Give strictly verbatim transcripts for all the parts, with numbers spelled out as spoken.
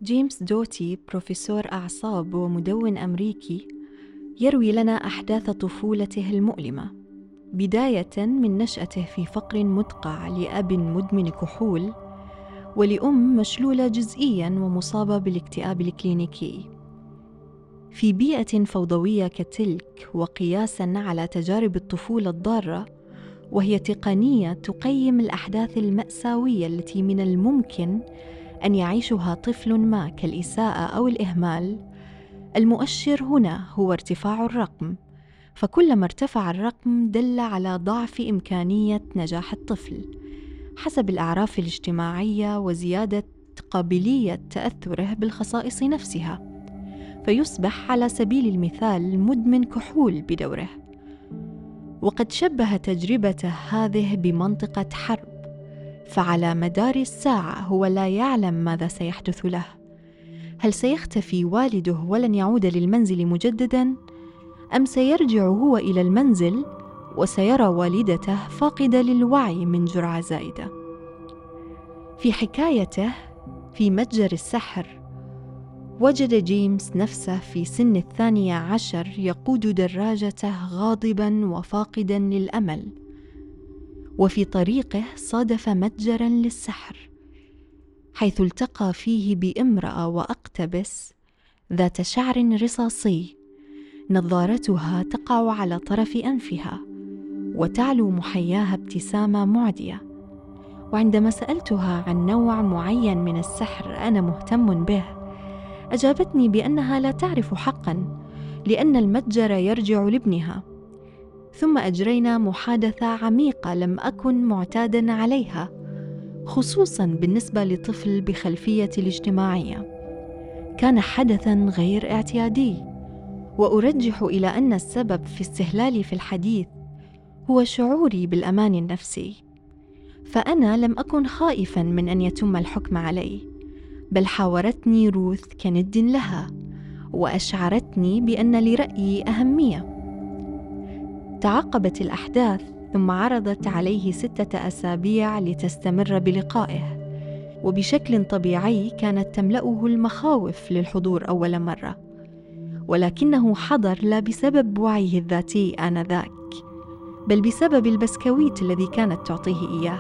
جيمس دوتي بروفيسور أعصاب ومدون أمريكي يروي لنا أحداث طفولته المؤلمة، بداية من نشأته في فقر مدقع لأب مدمن كحول ولأم مشلولة جزئياً ومصابة بالاكتئاب الكلينيكي. في بيئة فوضوية كتلك، وقياساً على تجارب الطفولة الضارة، وهي تقنية تقيم الأحداث المأساوية التي من الممكن أن يعيشها طفل ما كالإساءة أو الإهمال، المؤشر هنا هو ارتفاع الرقم، فكلما ارتفع الرقم دل على ضعف إمكانية نجاح الطفل حسب الأعراف الاجتماعية وزيادة قابلية تأثره بالخصائص نفسها، فيصبح على سبيل المثال مدمن كحول بدوره. وقد شبه تجربته هذه بمنطقة حرب، فعلى مدار الساعة هو لا يعلم ماذا سيحدث له. هل سيختفي والده ولن يعود للمنزل مجدداً؟ أم سيرجع هو إلى المنزل وسيرى والدته فاقدة للوعي من جرعة زائدة؟ في حكايته في متجر السحر، وجد جيمس نفسه في سن الثانية عشر يقود دراجته غاضباً وفاقداً للأمل، وفي طريقه صادف متجراً للسحر، حيث التقى فيه بامرأة وأقتبس ذات شعر رصاصي، نظارتها تقع على طرف أنفها وتعلو محياها ابتسامة معدية. وعندما سألتها عن نوع معين من السحر أنا مهتم به، أجابتني بأنها لا تعرف حقا، لأن المتجر يرجع لابنها. ثم أجرينا محادثة عميقة لم أكن معتادا عليها، خصوصا بالنسبة لطفل بخلفية الاجتماعية. كان حدثا غير اعتيادي، وأرجح إلى أن السبب في استهلالي في الحديث هو شعوري بالأمان النفسي، فأنا لم أكن خائفا من أن يتم الحكم علي، بل حاورتني روث كند لها وأشعرتني بأن لرأيي أهمية. تعقبت الأحداث، ثم عرضت عليه ستة أسابيع لتستمر بلقائه، وبشكل طبيعي كانت تملأه المخاوف للحضور أول مرة، ولكنه حضر لا بسبب وعيه الذاتي آنذاك، بل بسبب البسكويت الذي كانت تعطيه إياه.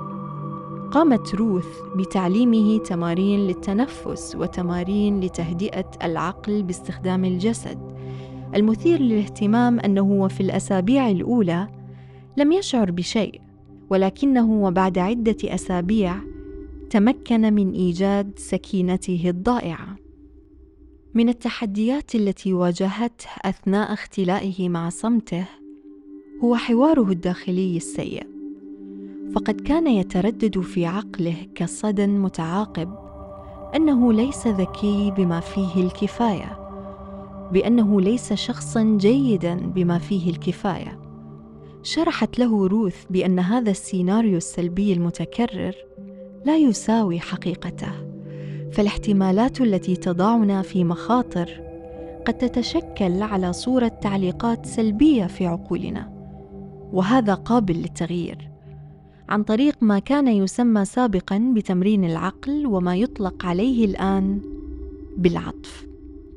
قامت روث بتعليمه تمارين للتنفس وتمارين لتهدئة العقل باستخدام الجسد. المثير للاهتمام أنه في الأسابيع الأولى لم يشعر بشيء، ولكنه وبعد عدة أسابيع تمكن من إيجاد سكينته الضائعة. من التحديات التي واجهته أثناء اختلائه مع صمته هو حواره الداخلي السيء، فقد كان يتردد في عقله كصدى متعاقب أنه ليس ذكي بما فيه الكفاية، بأنه ليس شخصاً جيداً بما فيه الكفاية. شرحت له روث بأن هذا السيناريو السلبي المتكرر لا يساوي حقيقته، فالاحتمالات التي تضعنا في مخاطر قد تتشكل على صورة تعليقات سلبية في عقولنا، وهذا قابل للتغيير عن طريق ما كان يسمى سابقاً بتمرين العقل وما يطلق عليه الآن بالعطف.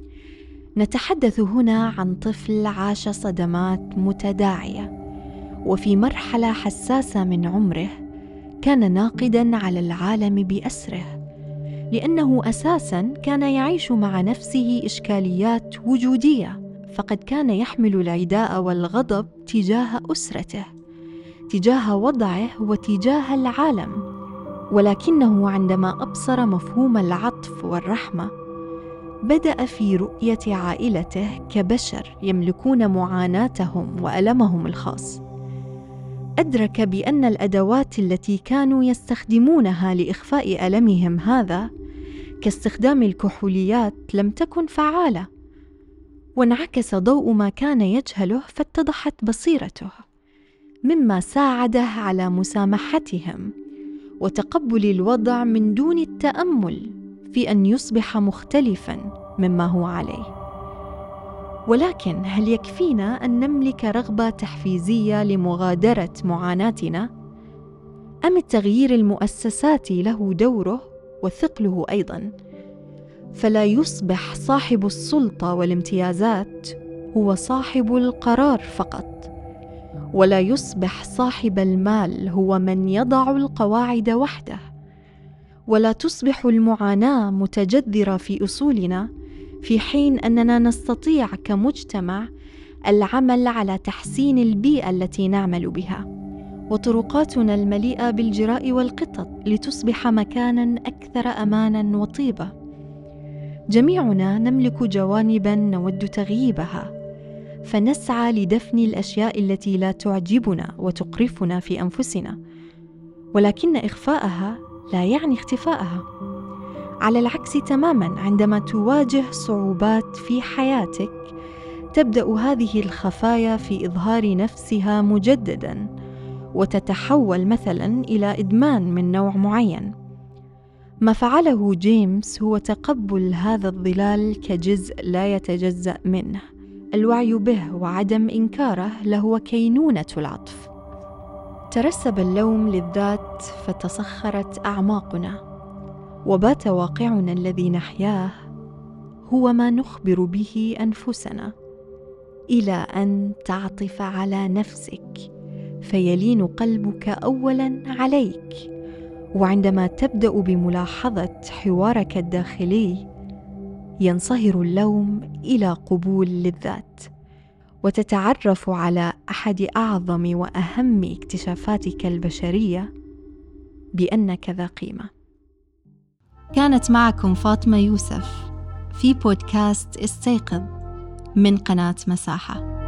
نتحدث هنا عن طفل عاش صدمات متداعية، وفي مرحلة حساسة من عمره كان ناقداً على العالم بأسره، لأنه أساساً كان يعيش مع نفسه إشكاليات وجودية، فقد كان يحمل العداء والغضب تجاه أسرته، تجاه وضعه وتجاه العالم. ولكنه عندما أبصر مفهوم العطف والرحمة، بدأ في رؤية عائلته كبشر يملكون معاناتهم وألمهم الخاص. أدرك بأن الأدوات التي كانوا يستخدمونها لإخفاء ألمهم هذا، كاستخدام الكحوليات، لم تكن فعالة، وانعكس ضوء ما كان يجهله فاتضحت بصيرته، مما ساعده على مسامحتهم وتقبل الوضع من دون التأمل في أن يصبح مختلفاً مما هو عليه. ولكن هل يكفينا أن نملك رغبة تحفيزية لمغادرة معاناتنا؟ أم التغيير المؤسساتي له دوره وثقله أيضاً؟ فلا يصبح صاحب السلطة والامتيازات هو صاحب القرار فقط، ولا يصبح صاحب المال هو من يضع القواعد وحده، ولا تصبح المعاناة متجذرة في أصولنا، في حين أننا نستطيع كمجتمع العمل على تحسين البيئة التي نعمل بها وطرقاتنا المليئة بالجراء والقطط لتصبح مكاناً أكثر أماناً وطيبة. جميعنا نملك جوانباً نود تغييبها، فنسعى لدفن الأشياء التي لا تعجبنا وتقرفنا في أنفسنا، ولكن إخفاءها لا يعني اختفاءها. على العكس تماماً، عندما تواجه صعوبات في حياتك تبدأ هذه الخفايا في إظهار نفسها مجدداً، وتتحول مثلاً إلى إدمان من نوع معين. ما فعله جيمس هو تقبل هذا الظلال كجزء لا يتجزأ منه. الوعي به وعدم إنكاره له كينونة العطف. ترسب اللوم للذات فتصخرت أعماقنا، وبات واقعنا الذي نحياه هو ما نخبر به أنفسنا، إلى أن تعطف على نفسك فيلين قلبك أولاً عليك. وعندما تبدأ بملاحظة حوارك الداخلي ينصهر اللوم إلى قبول للذات، وتتعرف على أحد أعظم وأهم اكتشافاتك البشرية، بأنك ذا قيمة. كانت معكم فاطمة يوسف في بودكاست استيقظ من قناة مساحة.